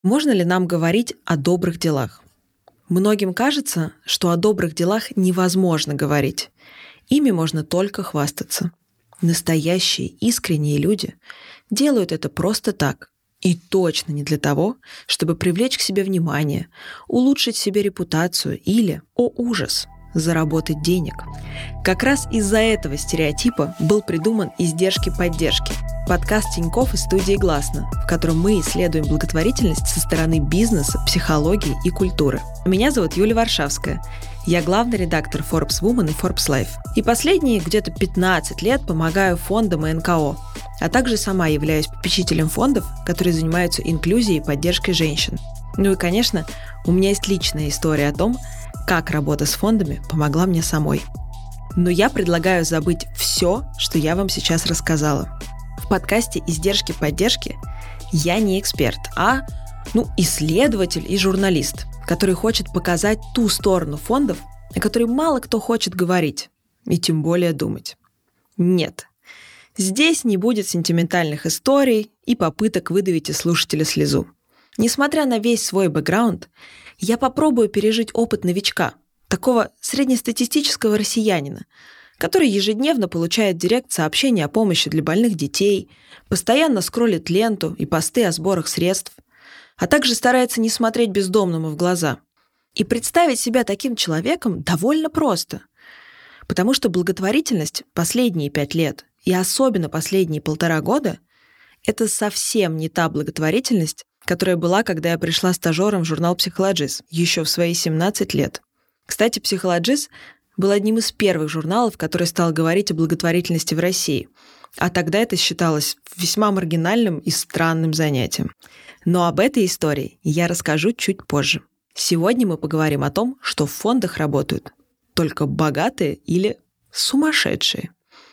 Можно ли нам говорить о добрых делах? Многим кажется, что о добрых делах невозможно говорить. Ими можно только хвастаться. Настоящие, искренние люди делают это просто так. И точно не для того, чтобы привлечь к себе внимание, улучшить себе репутацию или, о ужас, заработать денег. Как раз из-за этого стереотипа был придуман «Издержки поддержки» — подкаст Тинькофф из студии «Гласно», в котором мы исследуем благотворительность со стороны бизнеса, психологии и культуры. Меня зовут Юлия Варшавская. Я главный редактор Forbes Woman и Forbes Life. И последние где-то 15 лет помогаю фондам и НКО, а также сама являюсь попечителем фондов, которые занимаются инклюзией и поддержкой женщин. Ну и, конечно, у меня есть личная история о том, как работа с фондами помогла мне самой. Но я предлагаю забыть все, что я вам сейчас рассказала. В подкасте «Издержки поддержки» я не эксперт, а исследователь и журналист, который хочет показать ту сторону фондов, о которой мало кто хочет говорить, и тем более думать. Нет, здесь не будет сентиментальных историй и попыток выдавить из слушателя слезу. Несмотря на весь свой бэкграунд, я попробую пережить опыт новичка, такого среднестатистического россиянина, который ежедневно получает в директ сообщения о помощи для больных детей, постоянно скроллит ленту и посты о сборах средств, а также старается не смотреть бездомному в глаза. И представить себя таким человеком довольно просто, потому что благотворительность последние 5 лет, и особенно последние 1,5 года, это совсем не та благотворительность, которая была, когда я пришла стажером в журнал «Psychologist» еще в свои 17 лет. Кстати, «Psychologist» был одним из первых журналов, который стал говорить о благотворительности в России. А тогда это считалось весьма маргинальным и странным занятием. Но об этой истории я расскажу чуть позже. Сегодня мы поговорим о том, что в фондах работают только богатые или сумасшедшие.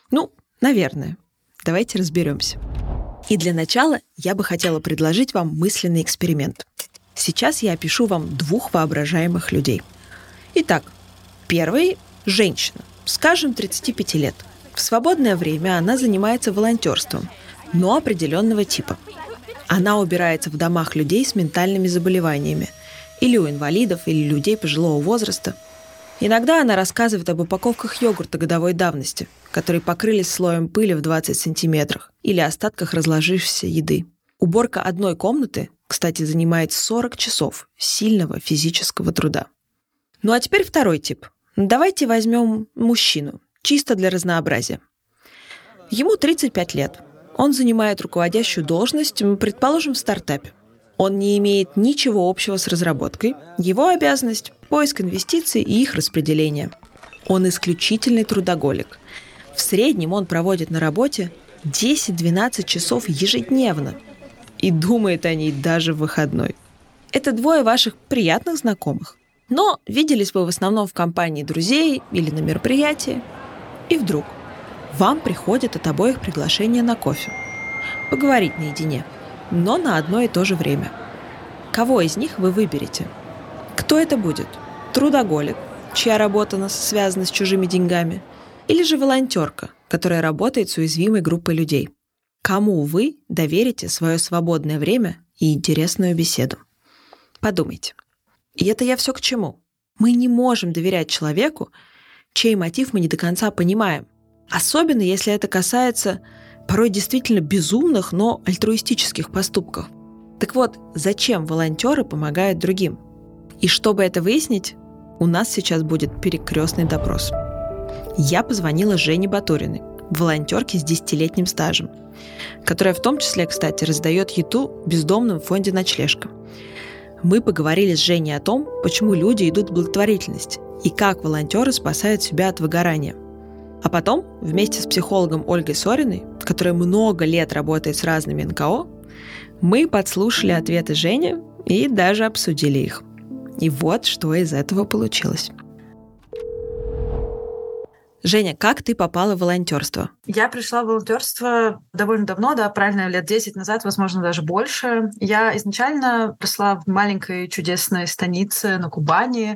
Наверное. Давайте разберемся. И для начала я бы хотела предложить вам мысленный эксперимент. Сейчас я опишу вам 2 воображаемых людей. Итак, первый – женщина, скажем, 35 лет. В свободное время она занимается волонтерством, но определенного типа. Она убирается в домах людей с ментальными заболеваниями, или у инвалидов, или людей пожилого возраста. Иногда она рассказывает об упаковках йогурта годовой давности, которые покрылись слоем пыли в 20 сантиметрах, или остатках разложившейся еды. Уборка одной комнаты, кстати, занимает 40 часов сильного физического труда. Ну а теперь второй тип. Давайте возьмем мужчину, чисто для разнообразия. Ему 35 лет. Он занимает руководящую должность, предположим, в стартапе. Он не имеет ничего общего с разработкой. Его обязанность – поиск инвестиций и их распределение. Он исключительный трудоголик. В среднем он проводит на работе 10-12 часов ежедневно и думает о ней даже в выходной. Это 2 ваших приятных знакомых. Но виделись вы в основном в компании друзей или на мероприятии. И вдруг вам приходит от обоих приглашение на кофе. Поговорить наедине, но на одно и то же время. Кого из них вы выберете? Кто это будет? Трудоголик, чья работа связана с чужими деньгами? Или же волонтерка, которая работает с уязвимой группой людей? Кому вы доверите свое свободное время и интересную беседу? Подумайте. И это я все к чему? Мы не можем доверять человеку, чей мотив мы не до конца понимаем. Особенно, если это касается порой действительно безумных, но альтруистических поступков. Так вот, зачем волонтеры помогают другим? И чтобы это выяснить, у нас сейчас будет перекрестный допрос. Я позвонила Жене Батуриной, волонтерке с 10-летним стажем, которая в том числе, кстати, раздает еду бездомным в фонде «Ночлежка». Мы поговорили с Женей о том, почему люди идут в благотворительность и как волонтеры спасают себя от выгорания. А потом, вместе с психологом Ольгой Сориной, которая много лет работает с разными НКО, мы подслушали ответы Жени и даже обсудили их. И вот что из этого получилось. Женя, как ты попала в волонтерство? Я пришла в волонтерство довольно давно, правильно, лет 10 назад, возможно, даже больше. Я изначально росла в маленькой чудесной станице на Кубани,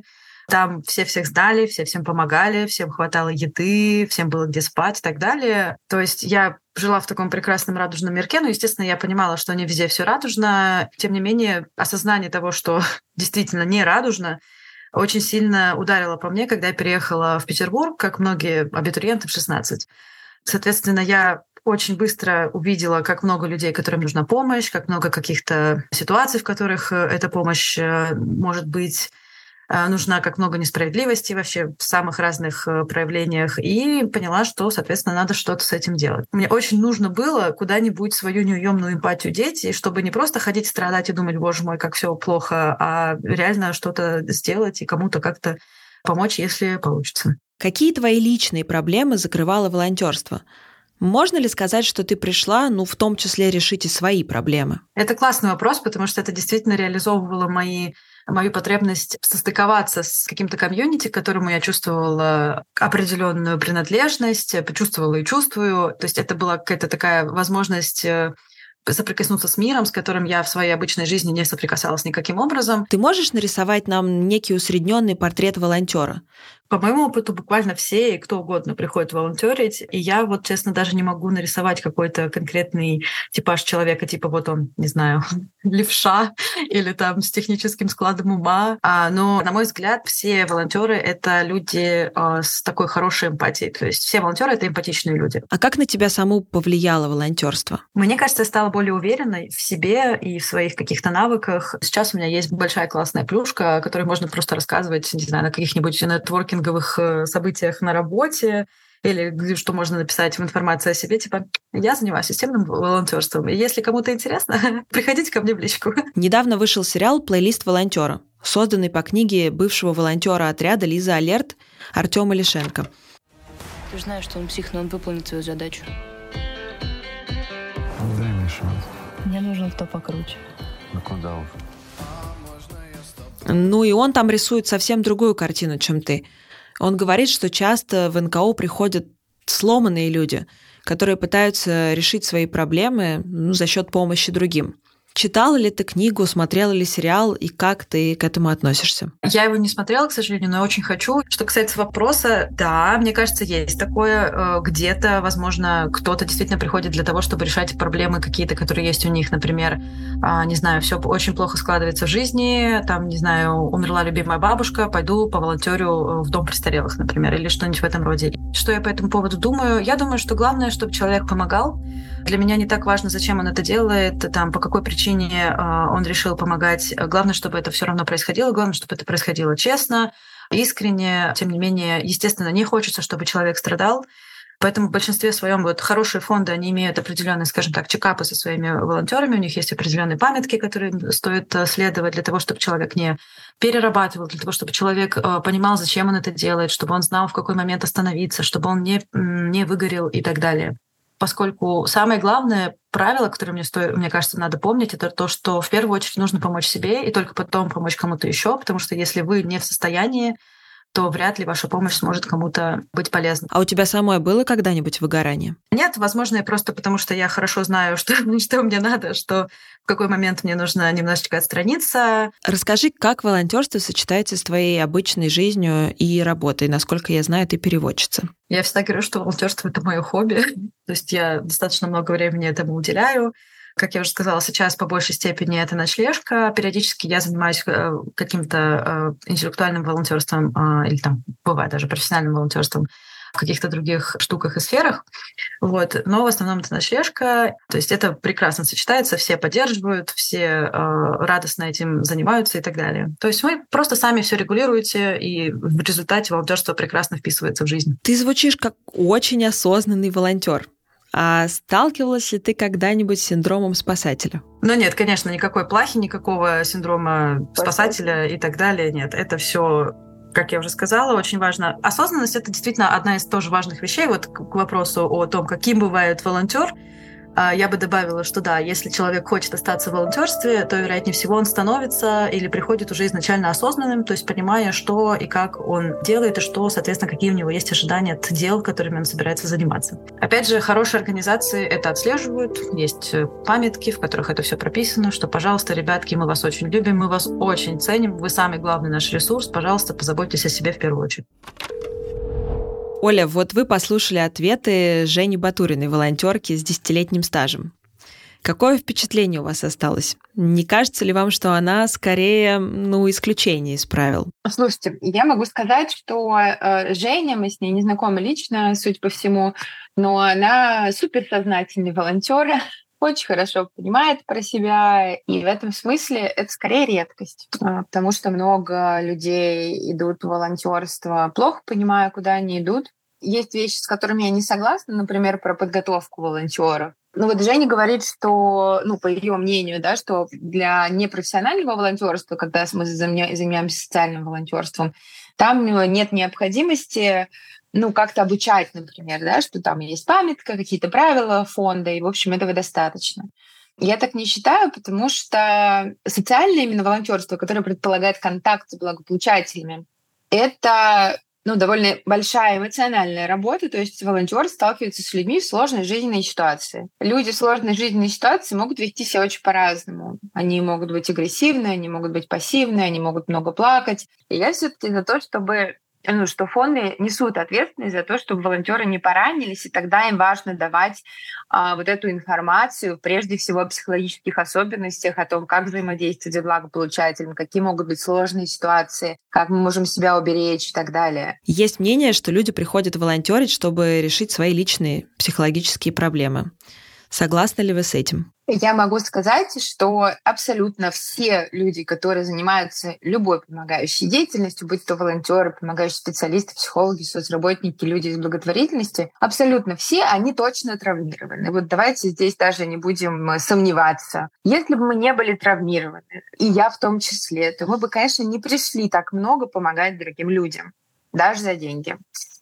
Там все всех знали, все всем помогали, всем хватало еды, всем было где спать и так далее. То есть я жила в таком прекрасном радужном мирке, но, естественно, я понимала, что не везде все радужно. Тем не менее, осознание того, что действительно не радужно, очень сильно ударило по мне, когда я переехала в Петербург, как многие абитуриенты в 16. Соответственно, я очень быстро увидела, как много людей, которым нужна помощь, как много каких-то ситуаций, в которых эта помощь может быть нужна, как много несправедливости вообще в самых разных проявлениях, и поняла, что, соответственно, надо что-то с этим делать. Мне очень нужно было куда-нибудь свою неуемную эмпатию деть, и чтобы не просто ходить страдать и думать, боже мой, как все плохо, а реально что-то сделать и кому-то как-то помочь, если получится. Какие твои личные проблемы закрывало волонтерство? Можно ли сказать, что ты пришла, в том числе решить и свои проблемы? Это классный вопрос, потому что это действительно реализовывало мою потребность состыковаться с каким-то комьюнити, к которому я чувствовала определенную принадлежность, почувствовала и чувствую. То есть это была какая-то такая возможность соприкоснуться с миром, с которым я в своей обычной жизни не соприкасалась никаким образом. Ты можешь нарисовать нам некий усредненный портрет волонтера? По моему опыту, буквально все и кто угодно приходит волонтерить, и я честно, даже не могу нарисовать какой-то конкретный типаж человека, типа он, не знаю, левша или там с техническим складом ума. Но, на мой взгляд, все волонтеры — это люди с такой хорошей эмпатией. То есть все волонтеры — это эмпатичные люди. А как на тебя саму повлияло волонтерство? Мне кажется, я стала более уверенной в себе и в своих каких-то навыках. Сейчас у меня есть большая классная плюшка, о которой можно просто рассказывать, не знаю, на каких-нибудь нетворкинговых событиях на работе, или что можно написать в информации о себе, типа «я занимаюсь системным волонтерством, и если кому-то интересно, приходите ко мне в личку». Недавно вышел сериал «Плейлист волонтера», созданный по книге бывшего волонтера отряда Лизы Алерт Артёма Лишенко. Ты же знаешь, что он псих, но он выполнит свою задачу. Дай мне шанс. Мне нужен кто покруче. Ну куда уж. И он там рисует совсем другую картину, чем ты. Он говорит, что часто в НКО приходят сломанные люди, которые пытаются решить свои проблемы за счет помощи другим. Читала ли ты книгу, смотрела ли сериал, и как ты к этому относишься? Я его не смотрела, к сожалению, но очень хочу. Что касается вопроса, да, мне кажется, есть такое. Где-то, возможно, кто-то действительно приходит для того, чтобы решать проблемы какие-то, которые есть у них. Например, не знаю, все очень плохо складывается в жизни, там, не знаю, умерла любимая бабушка, пойду поволонтерю в дом престарелых, например, или что-нибудь в этом роде. Что я по этому поводу думаю? Я думаю, что главное, чтобы человек помогал. Для меня не так важно, зачем он это делает, по какой причине он решил помогать. Главное, чтобы это все равно происходило, главное, чтобы это происходило честно, искренне. Тем не менее, естественно, не хочется, чтобы человек страдал. Поэтому в большинстве своем хорошие фонды, они имеют определенные, скажем так, чекапы со своими волонтерами. У них есть определенные памятки, которые стоит следовать для того, чтобы человек не перерабатывал, для того, чтобы человек понимал, зачем он это делает, чтобы он знал, в какой момент остановиться, чтобы он не выгорел и так далее. Поскольку самое главное правило, которое мне кажется, надо помнить, это то, что в первую очередь нужно помочь себе и только потом помочь кому-то еще, потому что если вы не в состоянии, то вряд ли ваша помощь сможет кому-то быть полезной. А у тебя самой было когда-нибудь выгорание? Нет, возможно, и просто потому, что я хорошо знаю, что мне надо, что в какой момент мне нужно немножечко отстраниться. Расскажи, как волонтерство сочетается с твоей обычной жизнью и работой? Насколько я знаю, ты переводчица. Я всегда говорю, что волонтерство — это мое хобби. То есть я достаточно много времени этому уделяю. Как я уже сказала, сейчас по большей степени это ночлежка. Периодически я занимаюсь каким-то интеллектуальным волонтерством или бывает даже профессиональным волонтерством в каких-то других штуках и сферах. Но в основном это ночлежка. То есть это прекрасно сочетается, все поддерживают, все радостно этим занимаются и так далее. То есть вы просто сами все регулируете, и в результате волонтерство прекрасно вписывается в жизнь. Ты звучишь как очень осознанный волонтер. А сталкивалась ли ты когда-нибудь с синдромом спасателя? Нет, конечно, никакой плахи, никакого синдрома спасателя и так далее. Нет, это все, как я уже сказала, очень важно. Осознанность — это действительно одна из тоже важных вещей. К вопросу о том, каким бывает волонтер. Я бы добавила, что да, если человек хочет остаться в волонтерстве, то, вероятнее всего, он становится или приходит уже изначально осознанным, то есть понимая, что и как он делает, и что, соответственно, какие у него есть ожидания от дел, которыми он собирается заниматься. Опять же, хорошие организации это отслеживают, есть памятки, в которых это все прописано, что, пожалуйста, ребятки, мы вас очень любим, мы вас очень ценим, вы самый главный наш ресурс, пожалуйста, позаботьтесь о себе в первую очередь. Оля, вот вы послушали ответы Жени Батуриной, волонтерки с 10-летним стажем. Какое впечатление у вас осталось? Не кажется ли вам, что она скорее, исключение из правил? Слушайте, я могу сказать, что Женя, мы с ней не знакомы лично, судя по всему, но она суперсознательный волонтер, очень хорошо понимает про себя, и в этом смысле это скорее редкость, потому что много людей идут в волонтерство, плохо понимая, куда они идут. Есть вещи, с которыми я не согласна, например, про подготовку волонтеров. Вот Женя говорит, что, по ее мнению, да, что для непрофессионального волонтерства, когда мы занимаемся социальным волонтерством, там нет необходимости как-то обучать, например, да, что там есть памятка, какие-то правила фонда, и, в общем, этого достаточно. Я так не считаю, потому что социальное именно волонтерство, которое предполагает контакт с благополучателями, это довольно большая эмоциональная работа, то есть волонтер сталкивается с людьми в сложной жизненной ситуации. Люди в сложной жизненной ситуации могут вести себя очень по-разному. Они могут быть агрессивны, они могут быть пассивны, они могут много плакать. И я все-таки за то, чтобы что фонды несут ответственность за то, чтобы волонтеры не поранились, и тогда им важно давать вот эту информацию, прежде всего о психологических особенностях, о том, как взаимодействовать с благополучателем, какие могут быть сложные ситуации, как мы можем себя уберечь и так далее. Есть мнение, что люди приходят волонтерить, чтобы решить свои личные психологические проблемы. Согласны ли вы с этим? Я могу сказать, что абсолютно все люди, которые занимаются любой помогающей деятельностью, будь то волонтеры, помогающие специалисты, психологи, соцработники, люди из благотворительности, абсолютно все, они точно травмированы. Вот давайте здесь даже не будем сомневаться. Если бы мы не были травмированы, и я в том числе, то мы бы, конечно, не пришли так много помогать другим людям, даже за деньги.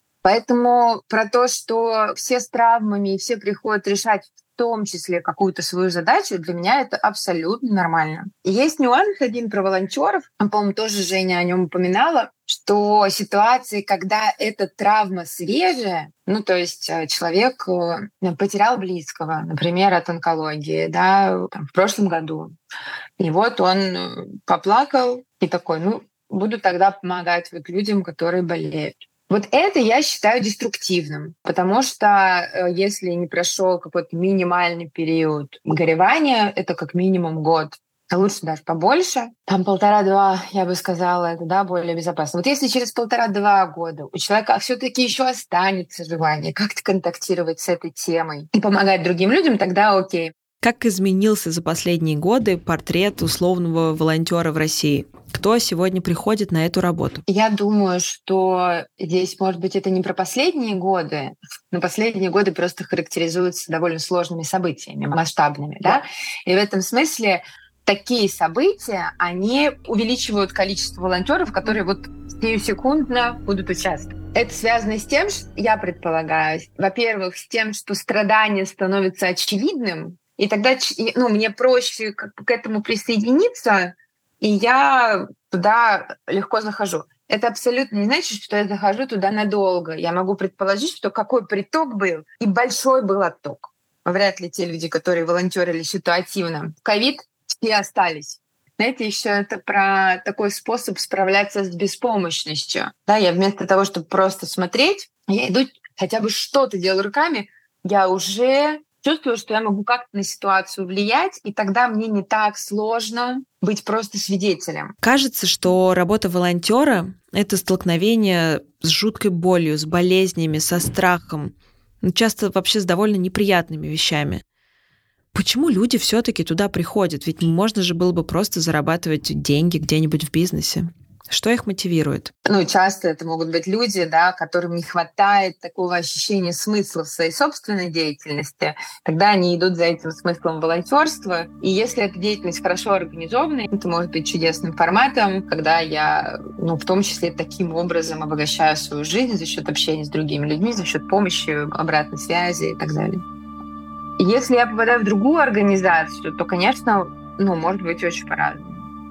Поэтому про то, что все с травмами и все приходят решать в том числе какую-то свою задачу, для меня это абсолютно нормально. И есть нюанс один про волонтеров, по-моему, тоже Женя о нем упоминала, что ситуации, когда эта травма свежая, то есть человек потерял близкого, например, от онкологии, в прошлом году, и вот он поплакал и такой, буду тогда помогать людям, которые болеют. Вот это я считаю деструктивным, потому что если не прошел какой-то минимальный период горевания, это как минимум год, а лучше даже побольше, там 1,5-2, я бы сказала, это более безопасно. Вот если через 1,5-2 года у человека все-таки еще останется желание как-то контактировать с этой темой и помогать другим людям, тогда окей. Как изменился за последние годы портрет условного волонтера в России? Кто сегодня приходит на эту работу? Я думаю, что здесь, может быть, это не про последние годы, но последние годы просто характеризуются довольно сложными событиями, масштабными. Да? И в этом смысле такие события, они увеличивают количество волонтеров, которые сиюсекундно будут участвовать. Это связано с тем, что я предполагаю, во-первых, с тем, что страдание становится очевидным, и тогда мне проще к этому присоединиться, и я туда легко захожу. Это абсолютно не значит, что я захожу туда надолго. Я могу предположить, что какой приток был, и большой был отток. Вряд ли те люди, которые волонтерили ситуативно в ковид, все остались. Знаете, еще это про такой способ справляться с беспомощностью. Я вместо того, чтобы просто смотреть, я иду, хотя бы что-то делаю руками, я уже чувствую, что я могу как-то на ситуацию влиять, и тогда мне не так сложно быть просто свидетелем. Кажется, что работа волонтера — это столкновение с жуткой болью, с болезнями, со страхом, часто вообще с довольно неприятными вещами. Почему люди все-таки туда приходят? Ведь можно же было бы просто зарабатывать деньги где-нибудь в бизнесе. Что их мотивирует? Часто это могут быть люди, которым не хватает такого ощущения смысла в своей собственной деятельности. Тогда они идут за этим смыслом волонтерства. И если эта деятельность хорошо организована, это может быть чудесным форматом, когда я, в том числе, таким образом обогащаю свою жизнь за счет общения с другими людьми, за счет помощи, обратной связи и так далее. Если я попадаю в другую организацию, то, конечно, может быть очень по-разному.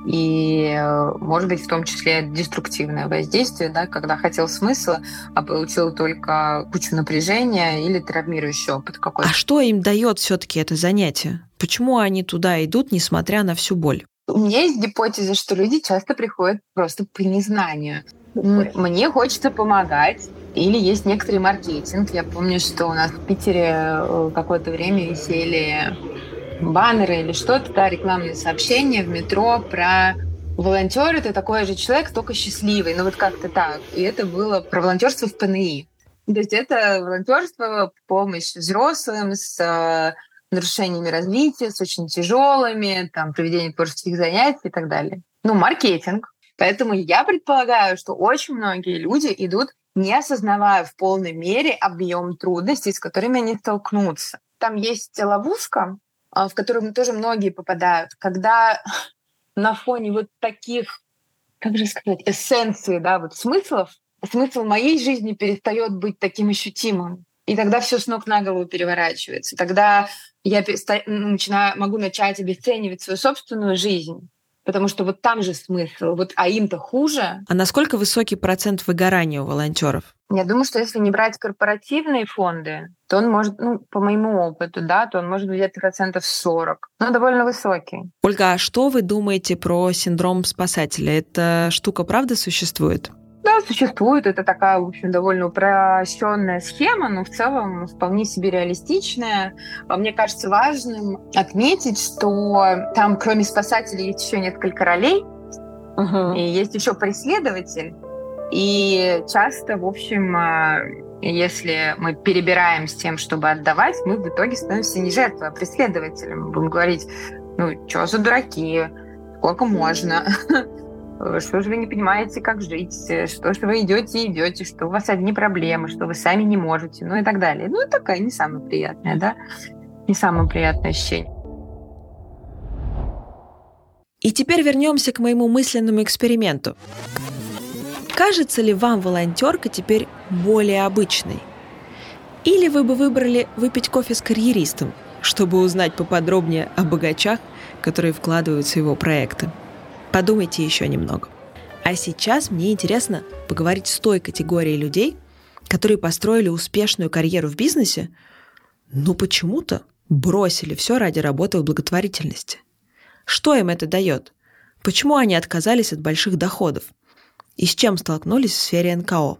И может быть в том числе деструктивное воздействие, да, когда хотел смысла, а получил только кучу напряжения или травмирующий опыт какой-то. А что им дает все-таки это занятие? Почему они туда идут, несмотря на всю боль? У меня есть гипотеза, что люди часто приходят просто по незнанию. Мне хочется помогать. Или есть некоторый маркетинг. Я помню, что у нас в Питере какое-то время висели баннеры или что-то, да, рекламные сообщения в метро про волонтер. Это такой же человек, только счастливый. Ну вот как-то так. И это было про волонтерство в ПНИ. То есть это волонтерство, помощь взрослым с нарушениями развития, с очень тяжелыми, там, проведение творческих занятий и так далее. Маркетинг. Поэтому я предполагаю, что очень многие люди идут, не осознавая в полной мере объем трудностей, с которыми они столкнутся. Там есть ловушка, в которую тоже многие попадают, когда на фоне вот таких, как же сказать, эссенции, да, вот смыслов, смысл моей жизни перестает быть таким ощутимым. И тогда все с ног на голову переворачивается. Тогда я могу начать обесценивать свою собственную жизнь. Потому что вот там же смысл, а им-то хуже. А насколько высокий процент выгорания у волонтеров? Я думаю, что если не брать корпоративные фонды, то он может, по моему опыту, да, то он может быть где-то 40%. Но довольно высокий. Ольга, а что вы думаете про синдром спасателя? Эта штука правда существует? Да, существует. Это такая, в общем, довольно упрощенная схема, но в целом вполне себе реалистичная. Мне кажется важным отметить, что там, кроме спасателей, есть еще несколько ролей. И есть еще преследователь. И часто, в общем, если мы перебираем с тем, чтобы отдавать, мы в итоге становимся не жертвой, а преследователем. Мы будем говорить, что за дураки, сколько можно, что же вы не понимаете, как жить, что же вы идете, что у вас одни проблемы, что вы сами не можете, и так далее. Это такая не самая приятная, да, не самое приятное ощущение. И теперь вернемся к моему мысленному эксперименту. Кажется ли вам волонтерка теперь более обычной? Или вы бы выбрали выпить кофе с карьеристом, чтобы узнать поподробнее о богачах, которые вкладываются в его проекты? Подумайте еще немного. А сейчас мне интересно поговорить с той категорией людей, которые построили успешную карьеру в бизнесе, но почему-то бросили все ради работы в благотворительности. Что им это дает? Почему они отказались от больших доходов? И с чем столкнулись в сфере НКО?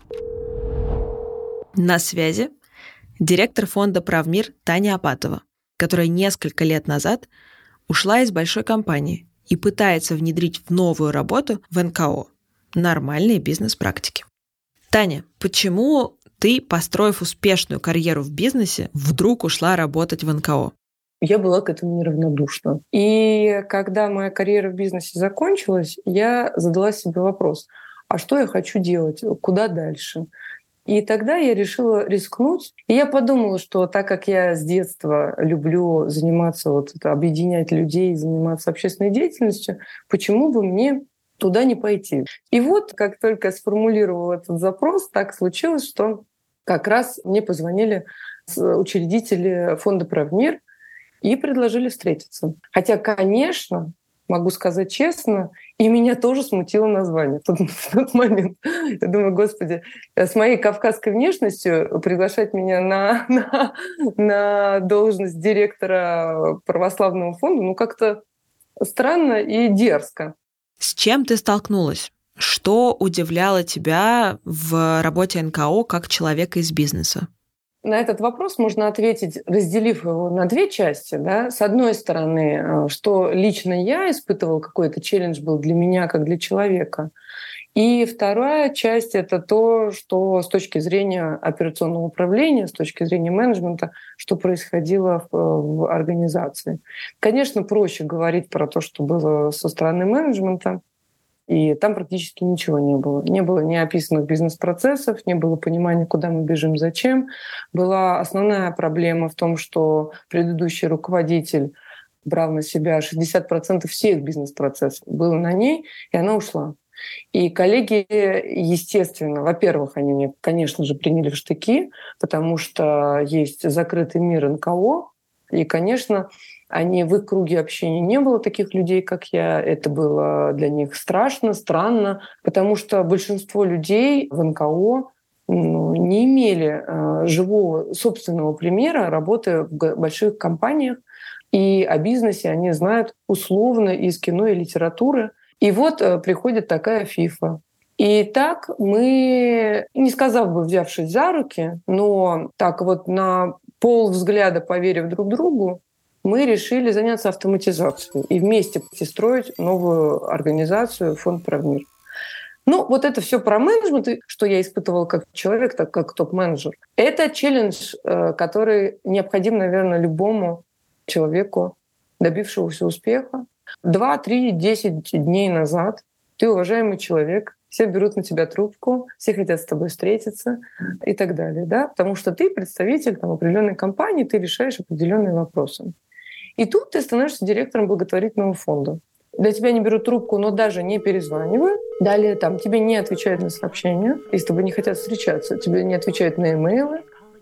На связи директор фонда «Правмир» Таня Апатова, которая несколько лет назад ушла из большой компании и пытается внедрить в новую работу в НКО нормальные бизнес-практики. Таня, почему ты, построив успешную карьеру в бизнесе, вдруг ушла работать в НКО? Я была к этому неравнодушна. И когда моя карьера в бизнесе закончилась, я задала себе вопрос, а что я хочу делать, куда дальше? И тогда я решила рискнуть. И я подумала, что так как я с детства люблю заниматься, объединять людей, заниматься общественной деятельностью, почему бы мне туда не пойти? И как только я сформулировала этот запрос, так случилось, что как раз мне позвонили учредители фонда «Правмир» и предложили встретиться. Хотя, конечно, могу сказать честно, и меня тоже смутило название в тот момент. Я думаю, господи, с моей кавказской внешностью приглашать меня на должность директора православного фонда, как-то странно и дерзко. С чем ты столкнулась? Что удивляло тебя в работе НКО как человека из бизнеса? На этот вопрос можно ответить, разделив его на две части. Да? С одной стороны, что лично я испытывала, какой-то челлендж был для меня, как для человека. И вторая часть — это то, что с точки зрения операционного управления, с точки зрения менеджмента, что происходило в организации. Конечно, проще говорить про то, что было со стороны менеджмента, и там практически ничего не было. Не было ни описанных бизнес-процессов, не было понимания, куда мы бежим, зачем. Была основная проблема в том, что предыдущий руководитель брал на себя 60% всех бизнес-процессов. Было на ней, и она ушла. И коллеги, естественно, во-первых, они меня, конечно же, приняли в штыки, потому что есть закрытый мир НКО, и, конечно, в их круге общения не было таких людей, как я. Это было для них страшно, странно, потому что большинство людей в НКО не имели живого собственного примера работы в больших компаниях, и о бизнесе они знают условно из кино и литературы. И вот приходит такая фифа. И так мы, не сказав бы, взявшись за руки, но так вот на полвзгляда поверив друг другу, мы решили заняться автоматизацией и вместе строить новую организацию «Фонд Правмир». Вот это все про менеджмент, что я испытывала как человек, так как топ-менеджер. Это челлендж, который необходим, наверное, любому человеку, добившемуся успеха. 2, 3, 10 дней назад ты уважаемый человек, все берут на тебя трубку, все хотят с тобой встретиться и так далее, да? Потому что ты представитель определенной компании, ты решаешь определенные вопросы. И тут ты становишься директором благотворительного фонда. Для тебя не берут трубку, но даже не перезванивают. Далее тебе не отвечают на сообщения, если с тобой не хотят встречаться, тебе не отвечают на имейлы.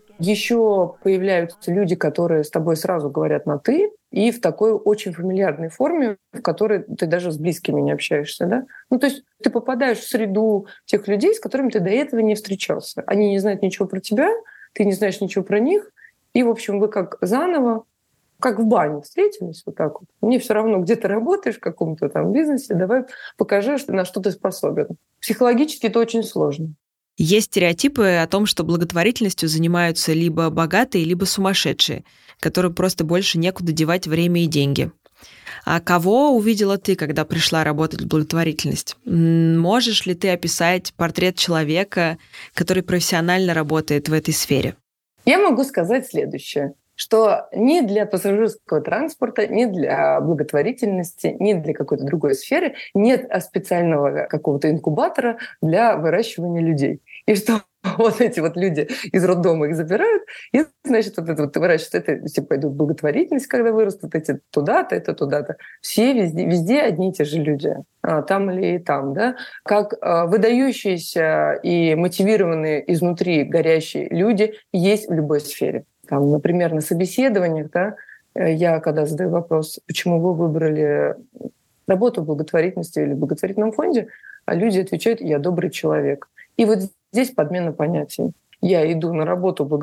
Еще появляются люди, которые с тобой сразу говорят на «ты», и в такой очень фамильярной форме, в которой ты даже с близкими не общаешься. Да? То есть ты попадаешь в среду тех людей, с которыми ты до этого не встречался. Они не знают ничего про тебя, ты не знаешь ничего про них, и, в общем, вы как заново, как в бане встретились вот так вот. Мне все равно, где ты работаешь в каком-то бизнесе, давай покажи, на что ты способен. Психологически это очень сложно. Есть стереотипы о том, что благотворительностью занимаются либо богатые, либо сумасшедшие, которым просто больше некуда девать время и деньги. А кого увидела ты, когда пришла работать в благотворительность? Можешь ли ты описать портрет человека, который профессионально работает в этой сфере? Я могу сказать следующее, что ни для пассажирского транспорта, ни для благотворительности, ни для какой-то другой сферы нет специального какого-то инкубатора для выращивания людей. И что вот эти люди из роддома их забирают, и, значит, вот это выращивают, это все пойдут в благотворительность, когда вырастут, эти туда-то, это туда-то. Все везде одни и те же люди, там или там, да. Как выдающиеся и мотивированные изнутри горящие люди есть в любой сфере. Например, на собеседованиях, да, я когда задаю вопрос, почему вы выбрали работу в благотворительности или в благотворительном фонде, а люди отвечают: я добрый человек. И вот здесь подмена понятий. Я иду на работу в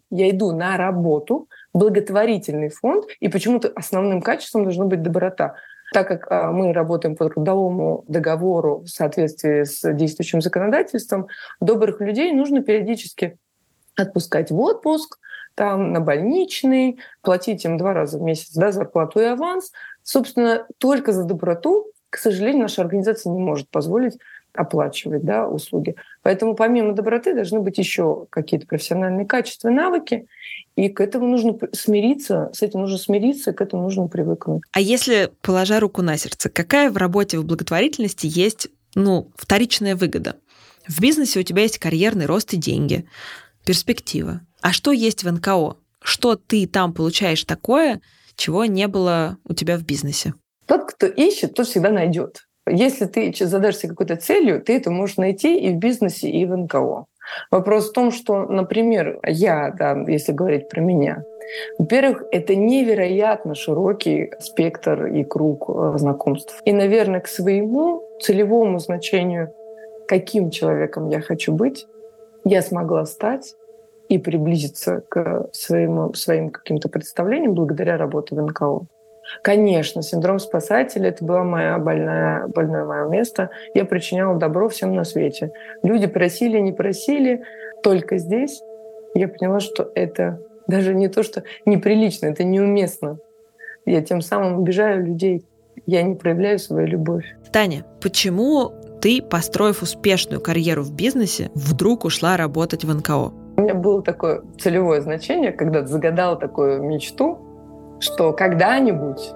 благотворительный фонд, и почему-то основным качеством должна быть доброта. Так как мы работаем по трудовому договору в соответствии с действующим законодательством, добрых людей нужно периодически отпускать в отпуск, на больничный, платить им 2 раза в месяц зарплату и аванс. Собственно, только за доброту, к сожалению, наша организация не может позволить оплачивать услуги. Поэтому помимо доброты должны быть еще какие-то профессиональные качества, навыки, и к этому нужно смириться, с этим нужно смириться, и к этому нужно привыкнуть. А если, положа руку на сердце, какая в работе в благотворительности есть вторичная выгода? В бизнесе у тебя есть карьерный рост и деньги, перспектива. А что есть в НКО? Что ты там получаешь такое, чего не было у тебя в бизнесе? Тот, кто ищет, тот всегда найдет. Если ты задашься какой-то целью, ты это можешь найти и в бизнесе, и в НКО. Вопрос в том, что, например, если говорить про меня, во-первых, это невероятно широкий спектр и круг знакомств. И, наверное, к своему целевому значению, каким человеком я хочу быть, я смогла стать и приблизиться к своим каким-то представлениям благодаря работе в НКО. Конечно, синдром спасателя — это было больное мое место. Я причиняла добро всем на свете. Люди просили, не просили. Только здесь я поняла, что это даже не то, что неприлично, это неуместно. Я тем самым обижаю людей. Я не проявляю свою любовь. Таня, почему ты, построив успешную карьеру в бизнесе, вдруг ушла работать в НКО? У меня было такое целевое значение, когда загадала такую мечту, что когда-нибудь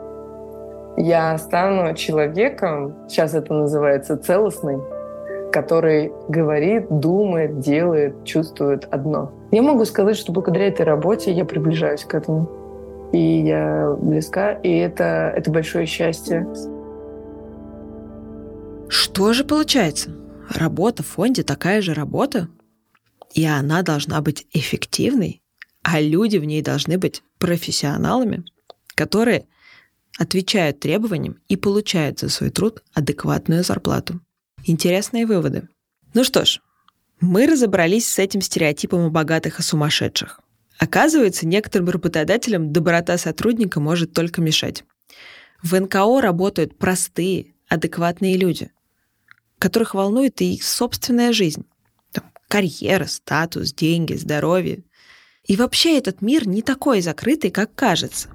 я стану человеком, сейчас это называется целостный, который говорит, думает, делает, чувствует одно. Я могу сказать, что благодаря этой работе я приближаюсь к этому. И я близка, и это большое счастье. Что Тоже получается. Работа в фонде такая же работа, и она должна быть эффективной, а люди в ней должны быть профессионалами, которые отвечают требованиям и получают за свой труд адекватную зарплату. Интересные выводы. Ну что ж, мы разобрались с этим стереотипом о богатых и сумасшедших. Оказывается, некоторым работодателям доброта сотрудника может только мешать. В НКО работают простые, адекватные люди, которых волнует и их собственная жизнь. Там, карьера, статус, деньги, здоровье. И вообще этот мир не такой закрытый, как кажется.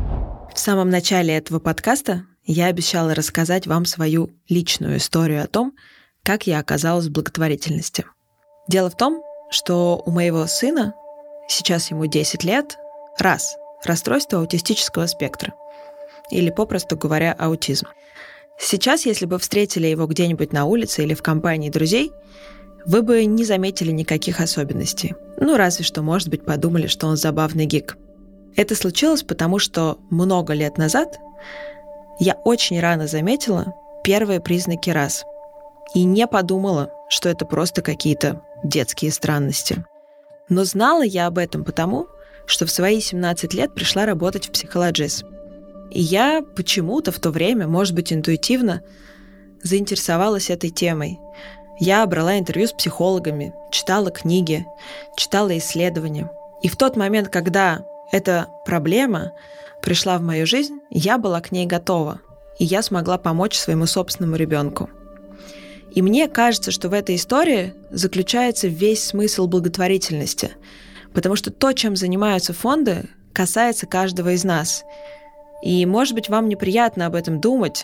В самом начале этого подкаста я обещала рассказать вам свою личную историю о том, как я оказалась в благотворительности. Дело в том, что у моего сына, сейчас ему 10 лет, расстройство аутистического спектра, или, попросту говоря, аутизм. Сейчас, если бы встретили его где-нибудь на улице или в компании друзей, вы бы не заметили никаких особенностей. Ну, разве что, может быть, подумали, что он забавный гик. Это случилось потому, что много лет назад я очень рано заметила первые признаки РАС и не подумала, что это просто какие-то детские странности. Но знала я об этом потому, что в свои 17 лет пришла работать в Psychologis. И я почему-то в то время, может быть, интуитивно, заинтересовалась этой темой. Я брала интервью с психологами, читала книги, читала исследования. И в тот момент, когда эта проблема пришла в мою жизнь, я была к ней готова, и я смогла помочь своему собственному ребенку. И мне кажется, что в этой истории заключается весь смысл благотворительности, потому что то, чем занимаются фонды, касается каждого из нас. И, может быть, вам неприятно об этом думать,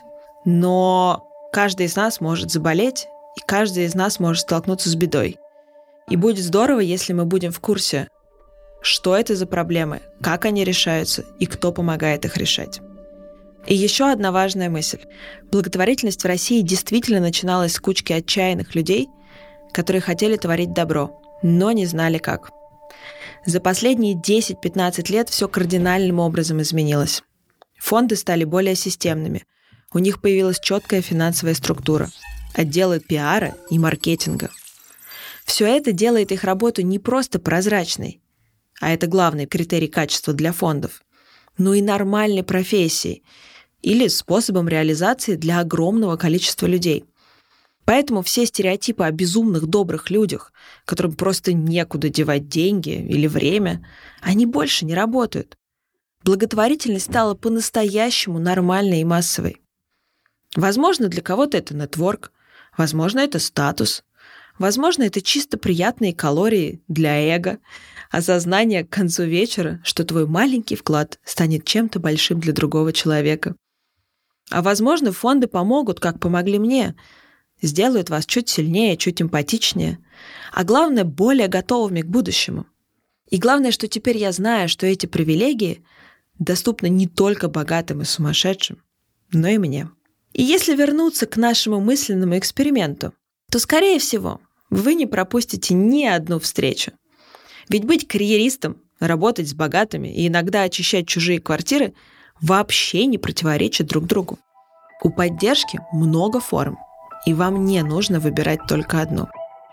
но каждый из нас может заболеть, и каждый из нас может столкнуться с бедой. И будет здорово, если мы будем в курсе, что это за проблемы, как они решаются и кто помогает их решать. И еще одна важная мысль. Благотворительность в России действительно начиналась с кучки отчаянных людей, которые хотели творить добро, но не знали как. За последние 10-15 лет все кардинальным образом изменилось. Фонды стали более системными. У них появилась четкая финансовая структура, отделы пиара и маркетинга. Все это делает их работу не просто прозрачной, а это главный критерий качества для фондов, но и нормальной профессией или способом реализации для огромного количества людей. Поэтому все стереотипы о безумных добрых людях, которым просто некуда девать деньги или время, они больше не работают. Благотворительность стала по-настоящему нормальной и массовой. Возможно, для кого-то это нетворк, возможно, это статус, возможно, это чисто приятные калории для эго, осознание к концу вечера, что твой маленький вклад станет чем-то большим для другого человека. А возможно, фонды помогут, как помогли мне, сделают вас чуть сильнее, чуть эмпатичнее, а главное, более готовыми к будущему. И главное, что теперь я знаю, что эти привилегии доступны не только богатым и сумасшедшим, но и мне. И если вернуться к нашему мысленному эксперименту, то, скорее всего, вы не пропустите ни одну встречу. Ведь быть карьеристом, работать с богатыми и иногда очищать чужие квартиры вообще не противоречит друг другу. У поддержки много форм, и вам не нужно выбирать только одну.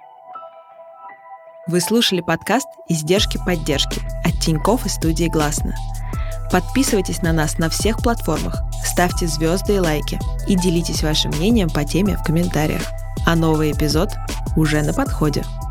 Вы слушали подкаст «Издержки поддержки» от Тинькофф и студии «Гласно». Подписывайтесь на нас на всех платформах, ставьте звезды и лайки и делитесь вашим мнением по теме в комментариях. А новый эпизод уже на подходе.